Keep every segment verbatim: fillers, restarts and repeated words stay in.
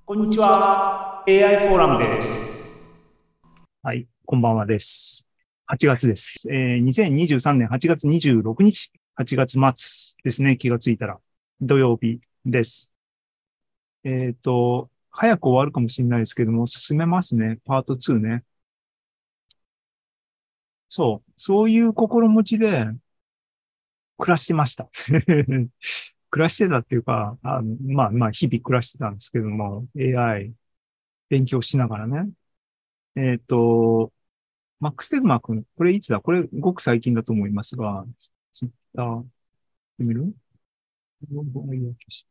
こんにちは。エーアイ フォーラムです。 はい、こんばんはです。はちがつです。えー、にせんにじゅうさんねんはちがつにじゅうろくにち、はちがつ末ですね、気がついたら。土曜日です。えっと、早く終わるかもしれないですけども、進めますね。パートツーね。そう、そういう心持ちで暮らしてました。暮らしてたっていうか、あのまあまあ、日々暮らしてたんですけども、エーアイ 勉強しながらね。えっと、マックス・テグマ君、これいつだこれごく最近だと思いますが、ツイッターてみるぼんやりして、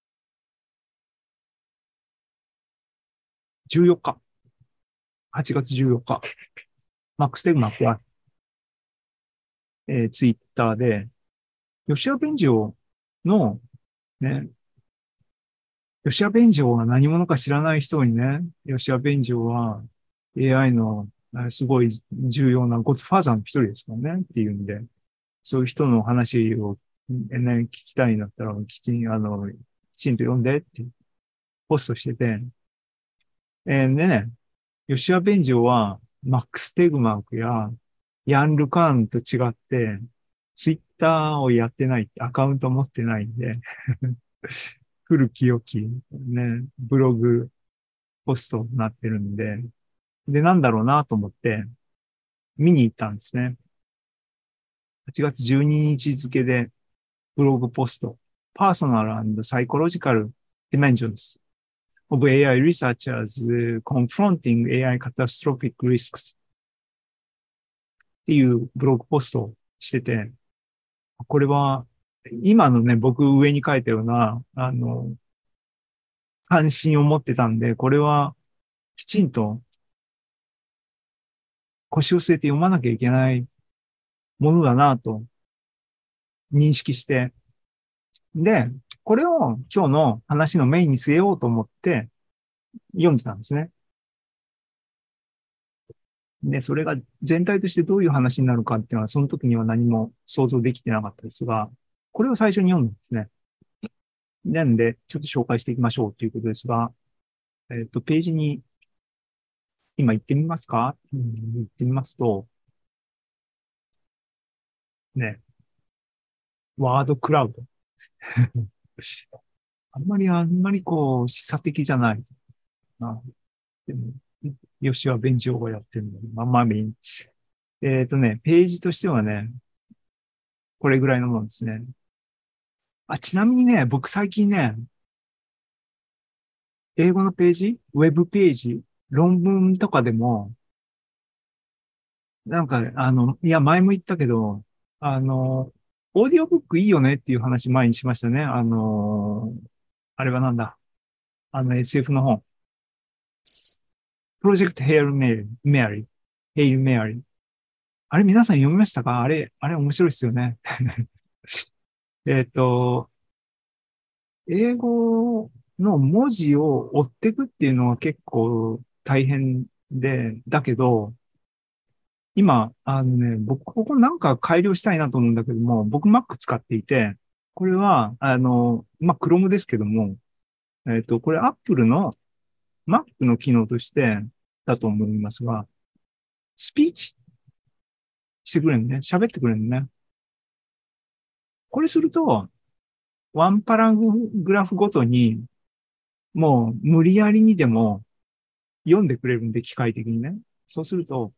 じゅうよっか、はちがつじゅうよっか、マックス・テグマックは、えー、ツイッターで、吉田弁ンの、ね、吉田弁ンは何者か知らない人にね、吉田弁ンは エーアイ のすごい重要なゴッドファーザーの一人ですからねっていうんで、そういう人の話を、ね、聞きたいんだったら、きちん、あの、きちんと読んでってポストしてて、えーでね、吉田弁ンは、マックス・テグマークや、ヤン・ルカーンと違って、ツイッターをやってない、アカウント持ってないんで、古き良き、ね、ブログ、ポストになってるんで、で、なんだろうなと思って、見に行ったんですね。はちがつじゅうににち付で、ブログポスト、Personal and Psychological Dimensions of エーアイ Researchers Confronting エーアイ Catastrophic Risks っていうブログポストをしてて、これは、今のね、僕上に書いたような、あの、関心を持ってたんで、これはきちんと腰を据えて読まなきゃいけないものだなと認識して、で、これを今日の話のメインに据えようと思って読んでたんですね。で、それが全体としてどういう話になるかっていうのは、その時には何も想像できてなかったですが、これを最初に読んだんですね。なんで、ちょっと紹介していきましょうということですが、えっと、ページに今行ってみますか、うん、行ってみますと、ね、ワードクラウド。あんまり、あんまりこう、示唆的じゃないな。でも、吉は弁上がやってるのに、まあまあ、えっとね、ページとしてはね、これぐらいのもんですね。あ、ちなみにね、僕最近ね、英語のページ、ウェブページ、論文とかでも、なんか、あの、いや、前も言ったけど、あの、オーディオブックいいよねっていう話前にしましたね。あの、あれはなんだ。あの エスエフ の本。プロジェクトヘイルメリー、メアリー、ヘイルメアリー。あれ皆さん読みましたか？あれ、あれ面白いですよね。えっと、英語の文字を追っていくっていうのは結構大変で、だけど、今、あのね、僕、ここなんか改良したいなと思うんだけども、僕 Mac 使っていて、これは、あの、まあ、Chrome ですけども、えっと、これ Apple の Mac の機能としてだと思いますが、スピーチしてくれるね。喋ってくれるね。これすると、ワンパラグラフごとに、もう無理やりにでも読んでくれるんで、機械的にね。そうすると、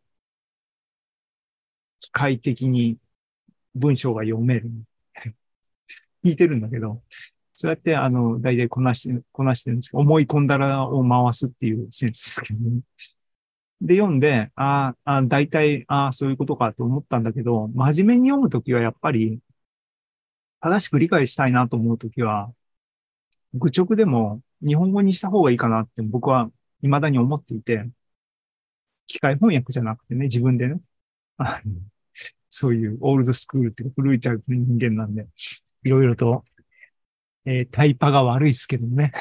機械的に文章が読める。聞いてるんだけど、そうやって、あの、大体こなして、こなしてるんですけど、思い込んだらを回すっていうセンスですけどね。で、読んで、ああ、大体、ああ、そういうことかと思ったんだけど、真面目に読むときはやっぱり、正しく理解したいなと思うときは、愚直でも日本語にした方がいいかなって僕は未だに思っていて、機械翻訳じゃなくてね、自分でね、あのそういうオールドスクールっていうか古いタイプの人間なんで、いろいろと、えータイパが悪いですけどね。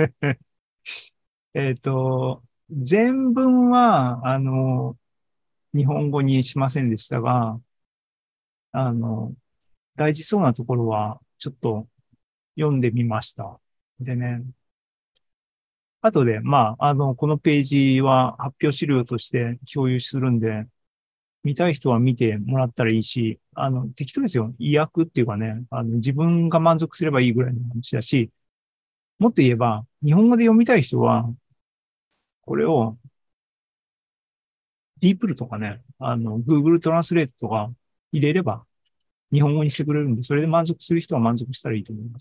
えっと、全文は、あの、日本語にしませんでしたが、あの、大事そうなところは、ちょっと読んでみました。でね、 後で、まあ、あの、このページは発表資料として共有するんで、見たい人は見てもらったらいいし、あの、適当ですよ。意訳っていうかね、あの、自分が満足すればいいぐらいの話だし、もっと言えば、日本語で読みたい人は、これを、ディープルとかね、あの、Google トランスレートとか入れれば、日本語にしてくれるんで、それで満足する人は満足したらいいと思います。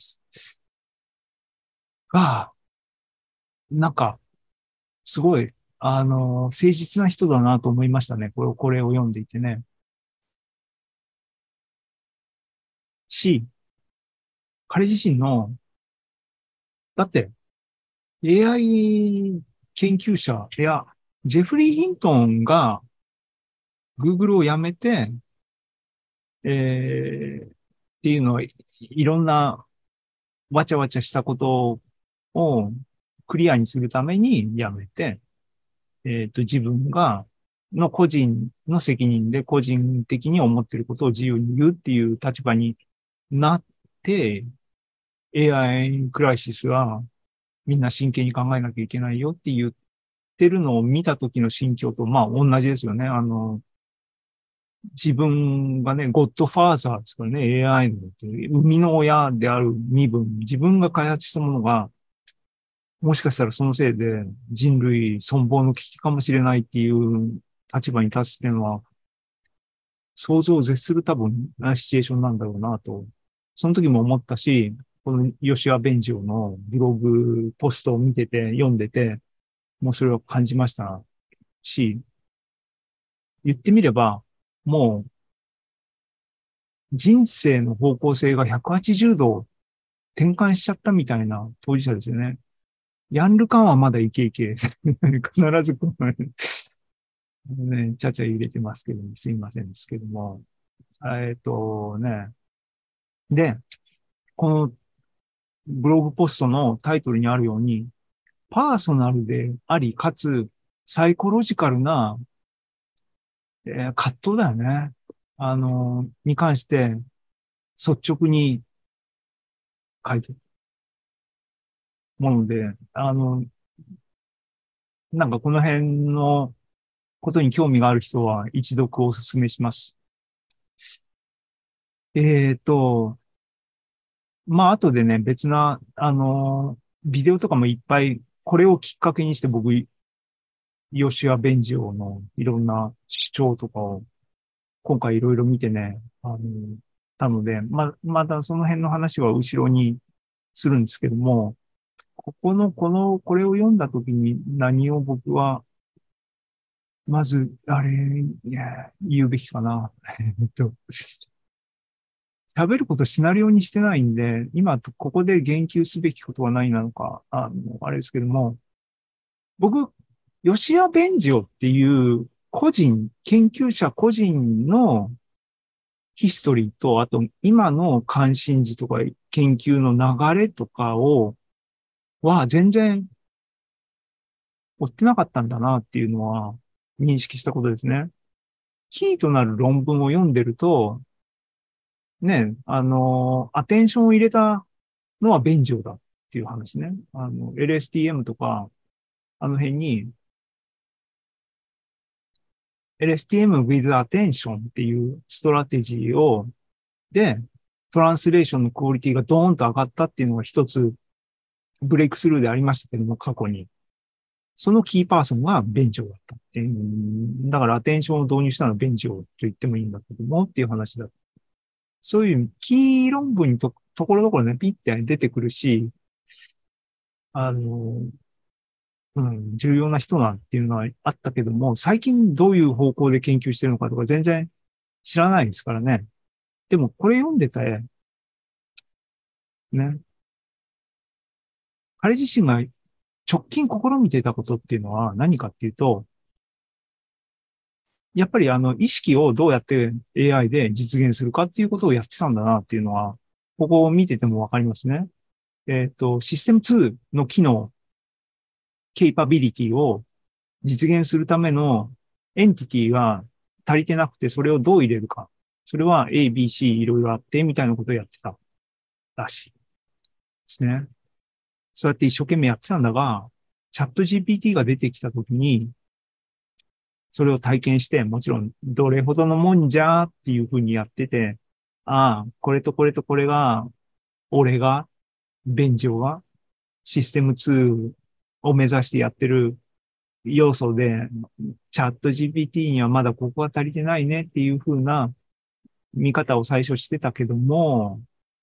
が、なんか、すごい、あの、誠実な人だなと思いましたね。これを、これを読んでいてね。し、彼自身の、だって、エーアイ 研究者、いや、ジェフリー・ヒントンが Google を辞めて、えー、っていうのは、いいろんなわちゃわちゃしたことをクリアにするために辞めて、えっと、自分が、の個人の責任で個人的に思っていることを自由に言うっていう立場になって、エーアイ クライシスはみんな真剣に考えなきゃいけないよって言ってるのを見た時の心境と、まあ同じですよね。あの、自分がね、ゴッドファーザーですからね、エーアイ の、生みの親である身分、自分が開発したものが、もしかしたらそのせいで人類存亡の危機かもしれないっていう立場に立つっていうのは、想像を絶する多分、シチュエーションなんだろうなと。その時も思ったし、この吉羽弁丈のブログポストを見てて、読んでて、もうそれを感じましたし、言ってみれば、もう人生の方向性がひゃくはちじゅうど転換しちゃったみたいな当事者ですよね。ヤンルカンはまだイケイケ。必ずこのね、ちゃちゃ入れてますけど、すいませんですけども。えっとね。で、このブログポストのタイトルにあるように、パーソナルであり、かつ、サイコロジカルな、えー葛藤だよね。あの、に関して、率直に書いてるもので、あの、なんかこの辺のことに興味がある人は一読お勧めします。えっと、まあ、後でね、別な、あの、ビデオとかもいっぱい、これをきっかけにして僕、吉羽弁丈のいろんな主張とかを今回いろいろ見てね、あの、たので、ま、まだその辺の話は後ろにするんですけども、ここの、この、これを読んだときに何を僕は、まず、あれ、いや、言うべきかな。えっと、喋ることシナリオにしてないんで、今、ここで言及すべきことは何なのか、あの、あれですけども、僕、吉谷弁治夫っていう個人、研究者個人のヒストリーと、あと今の関心事とか研究の流れとかを、は全然追ってなかったんだなっていうのは認識したことですね。キーとなる論文を読んでると、ね、あの、アテンションを入れたのは弁治夫だっていう話ね。あの、エルエスティーエム とか、あの辺に エルエスティーエムwith attention っていうストラテジーを、で、トランスレーションのクオリティがドーンと上がったっていうのが一つブレイクスルーでありましたけども、過去に。そのキーパーソンがベンチョだったっていう。だからアテンションを導入したのはベンチョと言ってもいいんだけどもっていう話だ。そういうキー論文にと、ところどころね、ピッて出てくるし、あの、うん、重要な人なんていうのはあったけども、最近どういう方向で研究してるのかとか全然知らないですからね。でもこれ読んでて、ね、彼自身が直近試みていたことっていうのは何かっていうと、やっぱりあの意識をどうやって エーアイ で実現するかっていうことをやってたんだなっていうのは、ここを見ててもわかりますね。えっと、システムツーの機能、ケイパビリティを実現するためのエンティティが足りてなくて、それをどう入れるか。それは A、B、C いろいろあって、みたいなことをやってたらしいですね。そうやって一生懸命やってたんだが、 チャット ジーピーティー が出てきたときに、それを体験して、もちろんどれほどのもんじゃーっていうふうにやってて、ああ、これとこれとこれが、俺が、便乗が、システムツーを目指してやってる要素で、チャット ジーピーティー にはまだここが足りてないねっていうふうな見方を最初してたけども、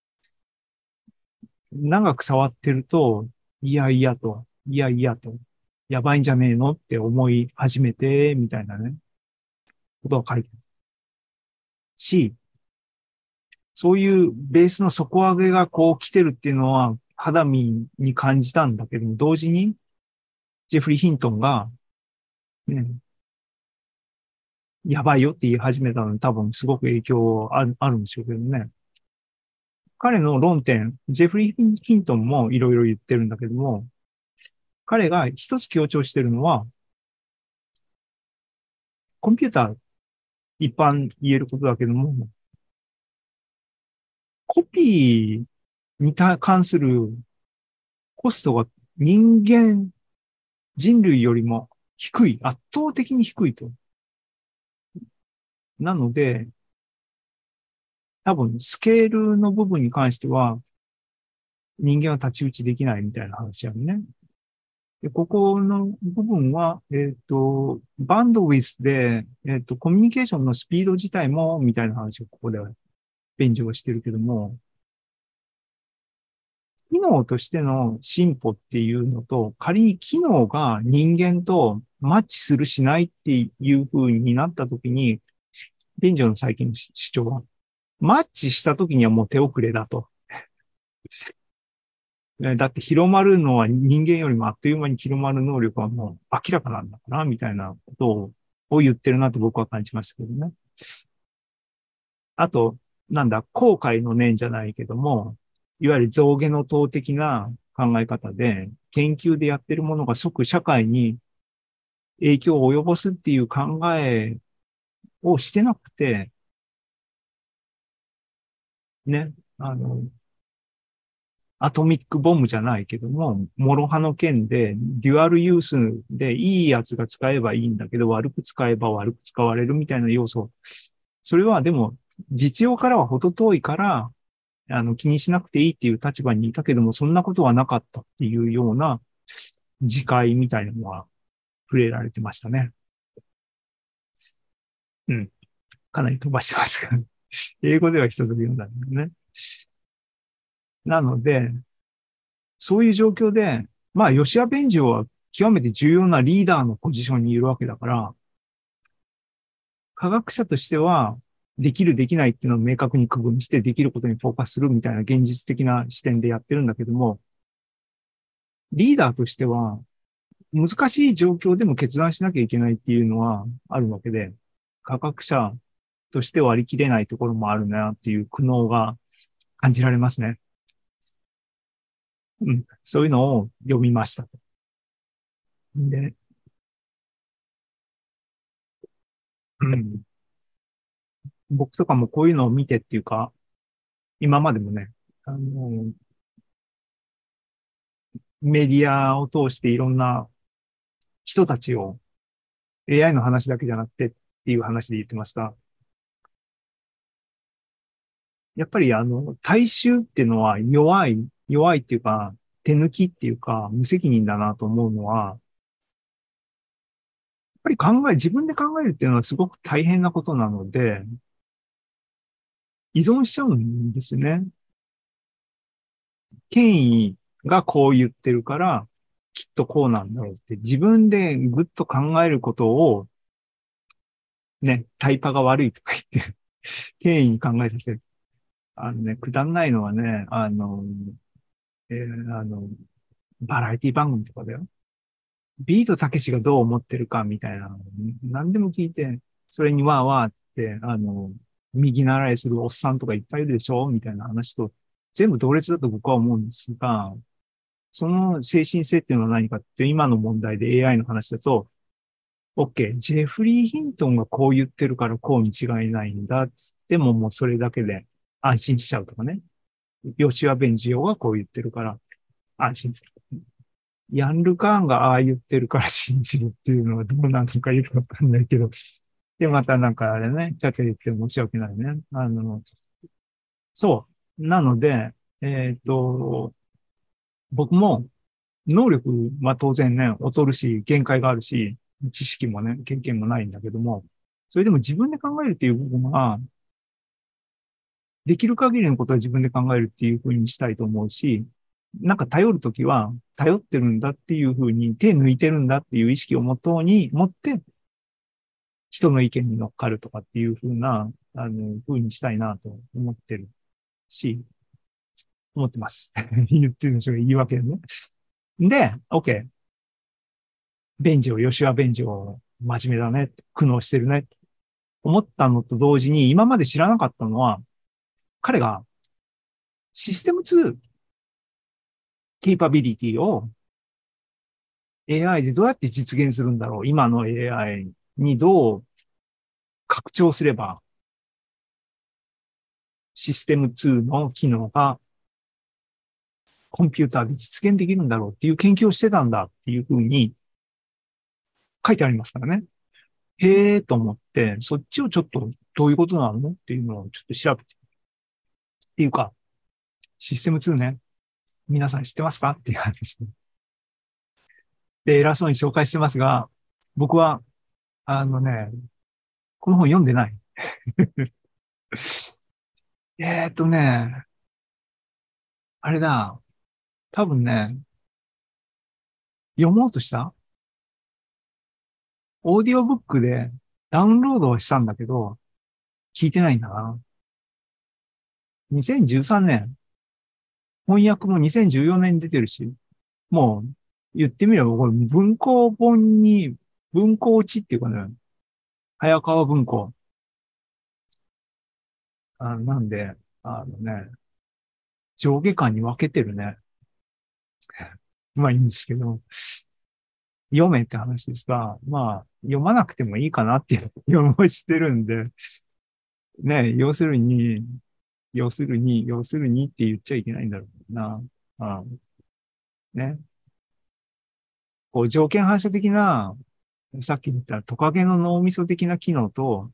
長く触ってると、いやいやと、いやいやと、やばいんじゃねえのって思い始めて、みたいなね、ことが書いてるし、そういうベースの底上げがこう来てるっていうのは肌身に感じたんだけども、同時にジェフリー・ヒントンが、ね、やばいよって言い始めたのに多分すごく影響ある、あるんでしょうけどね。彼の論点、ジェフリー・ヒントンもいろいろ言ってるんだけども、彼が一つ強調してるのは、コンピューター一般言えることだけども、コピーに関するコストが人間、人類よりも低い、圧倒的に低いと。なので、多分スケールの部分に関しては人間は太刀打ちできないみたいな話やね。で、ここの部分は、えっと、バンドウィスで、えっと、コミュニケーションのスピード自体も、みたいな話をここでは弁上してるけども、機能としての進歩っていうのと、仮に機能が人間とマッチするしないっていう風になったときに、弁上の最近の主張は、マッチしたときにはもう手遅れだと。だって広まるのは人間よりもあっという間に広まる能力はもう明らかなんだから、みたいなことをを言ってるなと僕は感じましたけどね。あと、なんだ、後悔の念じゃないけども、いわゆる象牙の塔的な考え方で、研究でやってるものが即社会に影響を及ぼすっていう考えをしてなくて、ね、あの、アトミックボムじゃないけども、諸刃の剣で、デュアルユースでいいやつが使えばいいんだけど、悪く使えば悪く使われるみたいな要素。それはでも、実用からは程遠いから、あの、気にしなくていいっていう立場にいたけども、そんなことはなかったっていうような自戒みたいなのは触れられてましたね。うん。かなり飛ばしてますから、ね。英語では一つ読んだんだよね。なので、そういう状況で、まあ、吉谷弁治は極めて重要なリーダーのポジションにいるわけだから、科学者としては、できるできないっていうのを明確に区分して、できることにフォーカスするみたいな現実的な視点でやってるんだけども、リーダーとしては、難しい状況でも決断しなきゃいけないっていうのはあるわけで、科学者として割り切れないところもあるなっていう苦悩が感じられますね。うん、そういうのを読みました。で、うん、僕とかもこういうのを見てっていうか、今までもね、あの、メディアを通していろんな人たちを エーアイ の話だけじゃなくてっていう話で言ってました。やっぱりあの、大衆っていうのは弱い、弱いっていうか、手抜きっていうか、無責任だなと思うのは、やっぱり考え、自分で考えるっていうのはすごく大変なことなので、依存しちゃうんですね。権威がこう言ってるから、きっとこうなんだろうって、自分でぐっと考えることを、ね、タイパが悪いとか言って、権威に考えさせる。あのね、くだんないのはね、あの、えーあの、バラエティ番組とかだよ。ビートたけしがどう思ってるかみたいなの、何でも聞いて、それにわーわーって、あの、右習いするおっさんとかいっぱいいるでしょみたいな話と、全部同列だと僕は思うんですが、その精神性っていうのは何かって、今の問題で エーアイ の話だと、OK、ジェフリー・ヒントンがこう言ってるからこうに違いないんだっつってももうそれだけで安心しちゃうとかね。ヨシュア・ベンジオがこう言ってるから安心する。 ヤンルカーンがああ言ってるから信じるっていうのはどうなのかよくわかんないけど。で、またなんかあれね、ちゃちゃ言って申し訳ないね。あの、そう。なので、えっと、僕も能力は当然ね、劣るし、限界があるし、知識もね、経験もないんだけども、それでも自分で考えるっていう部分は、できる限りのことは自分で考えるっていうふうにしたいと思うし、なんか頼るときは、頼ってるんだっていうふうに、手抜いてるんだっていう意識をもとに持って、人の意見に乗っかるとかっていうふうな、あの、ふうにしたいなと思ってるし、思ってます。言ってるんでしょうが言い訳ね。で、OK。ベンジョ、吉羽ベンジョ、真面目だね。苦悩してるね。思ったのと同時に、今まで知らなかったのは、彼がシステムツーケイパビリティを エーアイ でどうやって実現するんだろう。今の エーアイ にどう拡張すればシステムツーの機能がコンピューターで実現できるんだろうっていう研究をしてたんだっていうふうに書いてありますからね。へえーと思って、そっちをちょっとどういうことなのっていうのをちょっと調べて。っていうか、システムツーね、皆さん知ってますかっていう話で、偉そうに紹介してますが、僕は、あのね、この本読んでない。えーっとね、あれだ、多分ね、読もうとしたオーディオブックでダウンロードはしたんだけど、聞いてないんだな。にせんじゅうさんねん、翻訳もにせんじゅうよねんに出てるし、もう言ってみればこれ文庫本に、文庫落ちっていうかね、早川文庫。あなんで、あのね、上下巻に分けてるね。まあいいんですけど、読めって話ですが、まあ読まなくてもいいかなっていう気もしてるんで、ね、要するに、要するに、要するにって言っちゃいけないんだろうな。あね。こう条件反射的な、さっき言ったトカゲの脳みそ的な機能と、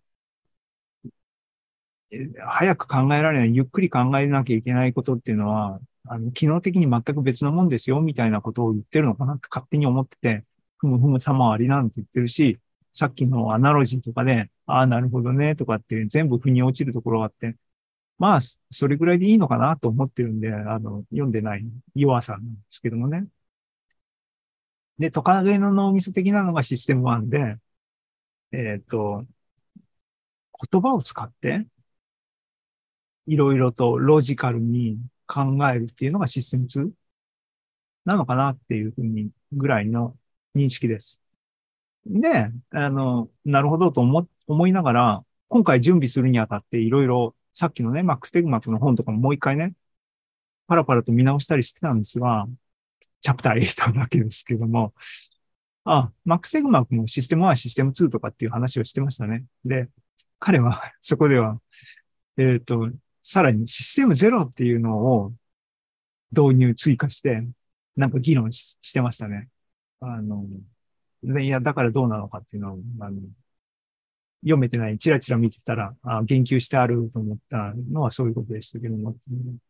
え早く考えられない、ゆっくり考えなきゃいけないことっていうのは、あの、機能的に全く別のもんですよ、みたいなことを言ってるのかなって勝手に思ってて、ふむふむさまありなんて言ってるし、さっきのアナロジーとかで、ああ、なるほどね、とかって全部腑に落ちるところがあって、まあ、それぐらいでいいのかなと思ってるんで、あの、読んでない弱さなんですけどもね。で、トカゲの脳みそ的なのがシステムワンで、えっと、言葉を使って、いろいろとロジカルに考えるっていうのがシステムツーなのかなっていうふうに、ぐらいの認識です。で、あの、なるほどと思、思いながら、今回準備するにあたっていろいろ、さっきのね、マックス・テグマックの本とかももう一回ね、パラパラと見直したりしてたんですが、チャプターエイトだけですけども、あ、マックス・テグマックもシステムワン、システムツーとかっていう話をしてましたね。で、彼は、そこでは、えっと、さらにシステムゼロっていうのを導入、追加して、なんか議論し、してましたね。あの、でいや、だからどうなのかっていうのを、あの、読めてない、チラチラ見てたら、あ、言及してあると思ったのはそういうことでしたけども、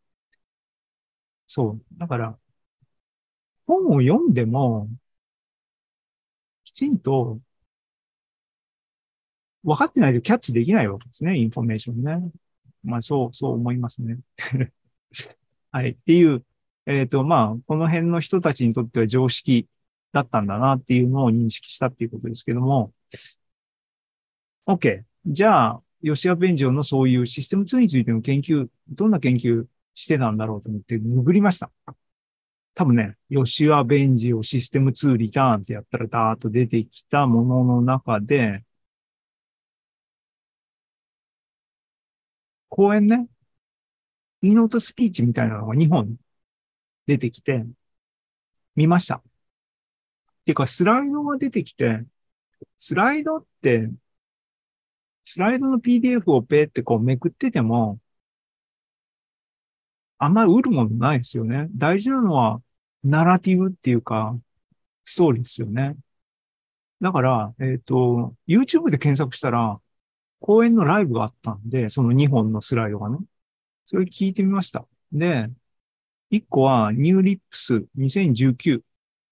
そう。だから、本を読んでも、きちんと分かってないとキャッチできないわけですね、インフォメーションね。まあ、そう、そう思いますね。はい。っていう、えっと、まあ、この辺の人たちにとっては常識だったんだなっていうのを認識したっていうことですけども、OK。じゃあ、吉谷弁上のそういうシステムツーについての研究、どんな研究してたんだろうと思ってググりました。多分ね、吉谷弁治をシステムツーリターンってやったらダーッと出てきたものの中で、講演ね、イーノートスピーチみたいなのがにほん出てきて、見ました。っていうか、スライドが出てきて、スライドって、スライドの ピーディーエフ をペーってこうめくってても、あんまり売るものないですよね。大事なのは、ナラティブっていうか、 ストーリーですよね。だから、えっと、YouTube で検索したら、公演のライブがあったんで、そのにほんのスライドがね。それ聞いてみました。で、いっこはニューリップスにせんじゅうきゅう。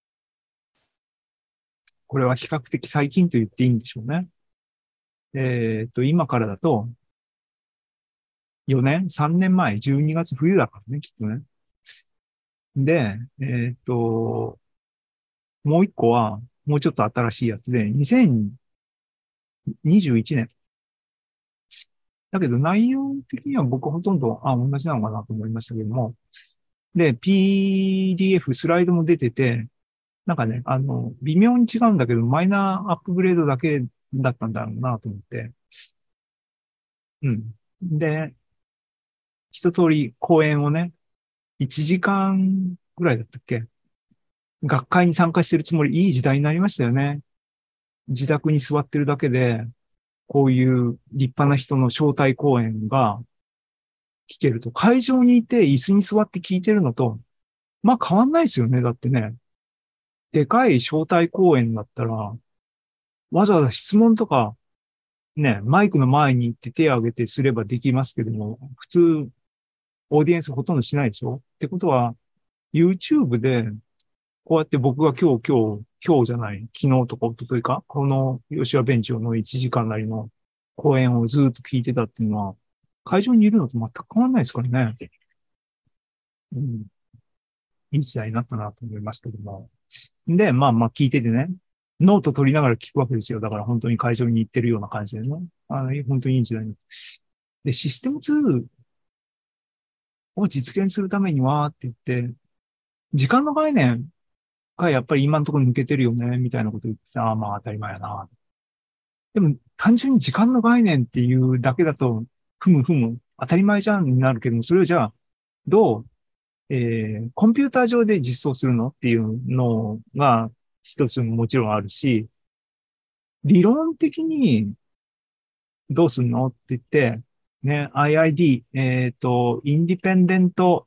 これは比較的最近と言っていいんでしょうね。えっと、今からだとよねん、さんねんまえ、じゅうにがつ冬だからね、きっとね。で、えっと、もういっこは、もうちょっと新しいやつで、にせんにじゅういちねん。だけど内容的には僕ほとんど、あ、同じなのかなと思いましたけども。で、ピーディーエフ、スライドも出てて、なんかね、あの、微妙に違うんだけど、マイナーアップグレードだけだったんだろうなと思って。うん。で、一通り講演をね、いちじかんぐらいだったっけ？学会に参加してるつもり、いい時代になりましたよね。自宅に座ってるだけで、こういう立派な人の招待講演が聞けると、会場にいて椅子に座って聞いてるのと、まあ変わんないですよね。だってね、でかい招待講演だったら、わざわざ質問とか、ね、マイクの前に行って手を挙げてすればできますけども、普通、オーディエンスほとんどしないでしょってことは、YouTube で、こうやって僕が今日、今日、今日じゃない、昨日とか一昨日か、この吉羽弁長のいちじかんなりの講演をずっと聞いてたっていうのは、会場にいるのと全く変わんないですからね。うん、いい時代になったなと思いますけども。で、まあまあ聞いててね、ノート取りながら聞くわけですよ。だから本当に会場に行ってるような感じでね。あの、本当にいい時代に。で、システムツールを実現するためにはって言って、時間の概念がやっぱり今のところ抜けてるよね、みたいなこと言ってた。ああ、まあ当たり前やな。でも単純に時間の概念っていうだけだと、ふむふむ、当たり前じゃんになるけども、それをじゃあ、どう、えー、コンピューター上で実装するのっていうのが一つもちろんあるし、理論的にどうすんのって言って、ね、アイアイディー、えっと、インディペンデント、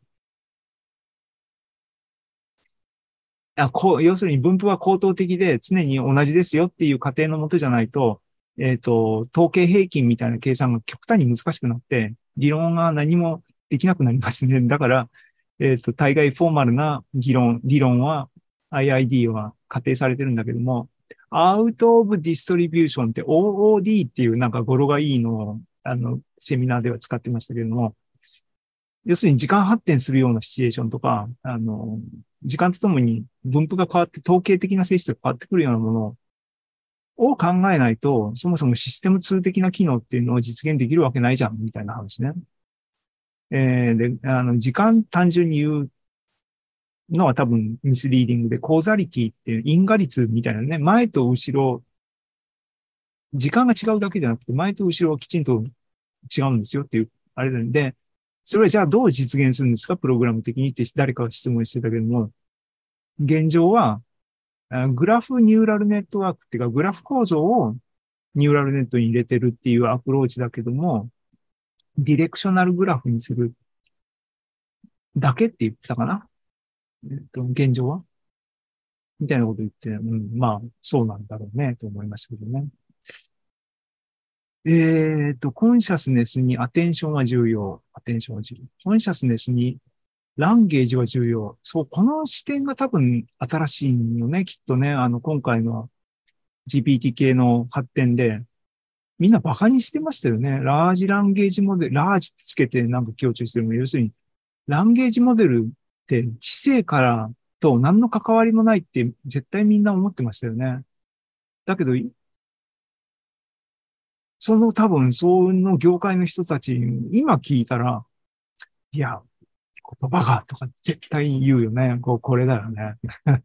あ、こう、要するに分布は口頭的で常に同じですよっていう仮定のもとじゃないと、えっと、統計平均みたいな計算が極端に難しくなって、理論が何もできなくなりますね。だから、えっと、大概フォーマルな議論、理論は アイアイディー は仮定されてるんだけども、アウトオブディストリビューションって オーオーディー っていうなんか語呂がいいのを、あの、セミナーでは使ってましたけども、要するに時間発展するようなシチュエーションとか、あの、時間とともに分布が変わって統計的な性質が変わってくるようなものを考えないと、そもそもシステムツー的な機能っていうのを実現できるわけないじゃん、みたいな話ね。えー、で、あの、時間単純に言うのは多分ミスリーディングで、コーザリティっていう因果率みたいなね、前と後ろ、時間が違うだけじゃなくて、前と後ろはきちんと違うんですよっていう、あれなんで、それはじゃあどう実現するんですかプログラム的にって誰かが質問してたけども、現状は、グラフニューラルネットワークっていうか、グラフ構造をニューラルネットに入れてるっていうアプローチだけども、ディレクショナルグラフにするだけって言ってたかな、えっと、現状はみたいなこと言って、うん、まあ、そうなんだろうね、と思いましたけどね。えっと、コンシャスネスにアテンションは重要。アテンションは重要。コンシャスネスにランゲージは重要。そう、この視点が多分新しいよね、きっとね。あの、今回の ジーピーティー 系の発展で、みんなバカにしてましたよね。ラージランゲージモデル、ラージってつけてなんか強調してるの。要するに、ランゲージモデルって知性からと何の関わりもないって絶対みんな思ってましたよね。だけど、その多分、その業界の人たち、今聞いたら、いや、言葉がとか絶対言うよね。こう、これだよね。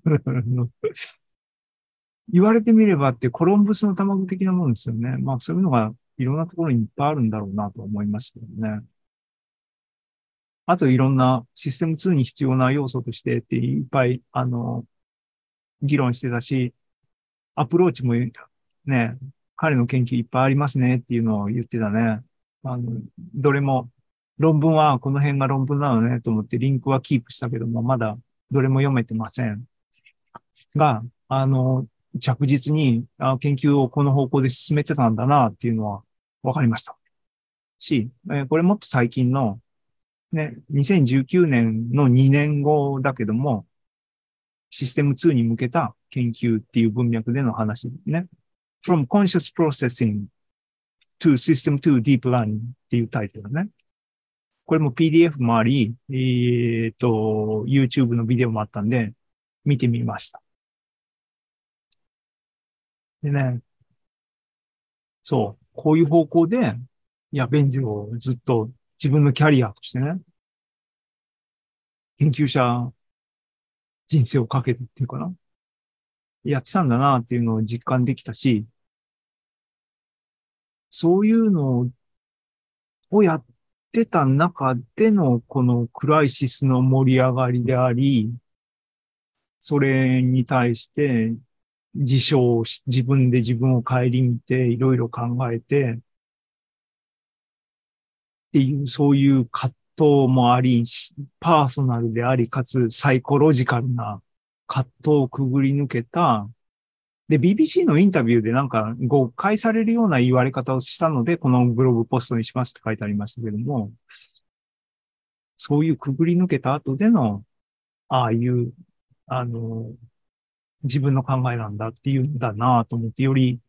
言われてみればってコロンブスの卵的なもんですよね。まあそういうのがいろんなところにいっぱいあるんだろうなと思いますけどね。あといろんなシステムツーに必要な要素としてっていっぱい、あの、議論してたし、アプローチもね、彼の研究いっぱいありますねっていうのを言ってたね。あの、どれも、論文はこの辺が論文なのねと思ってリンクはキープしたけども、まだどれも読めてませんが、 あの、着実にあ研究をこの方向で進めてたんだなっていうのは分かりました。し、えーこれもっと最近のね、にせんじゅうきゅうねんのにねんごだけども、システムツーに向けた研究っていう文脈での話ね。From Conscious Processing to System to Deep Learning っていうタイトルね。これも ピーディーエフ もあり、えっと、YouTube のビデオもあったんで、見てみました。でね、そう、こういう方向で、いや、ベンジをずっと自分のキャリアとしてね、研究者人生をかけてっていうかな、やってたんだなっていうのを実感できたし、そういうのをやってた中でのこのクライシスの盛り上がりであり、それに対して自称し、自分で自分を顧みていろいろ考えてっていう、そういう葛藤もあり、パーソナルであり、かつサイコロジカルな葛藤をくぐり抜けた。で、ビービーシー のインタビューでなんか誤解されるような言われ方をしたので、このブログポストにしますって書いてありましたけども、そういうくぐり抜けた後での、ああいう、あの、自分の考えなんだっていうんだなと思って、より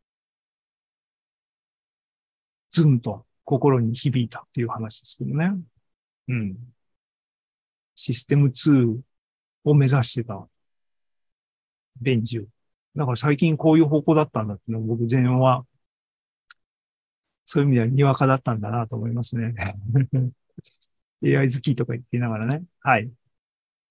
ズンと心に響いたっていう話ですけどね。うん。システムツーを目指してたベンチを。だから最近こういう方向だったんだっていうのを僕前は、そういう意味ではにわかだったんだなと思いますね。エーアイ 好きとか言っていながらね。はい。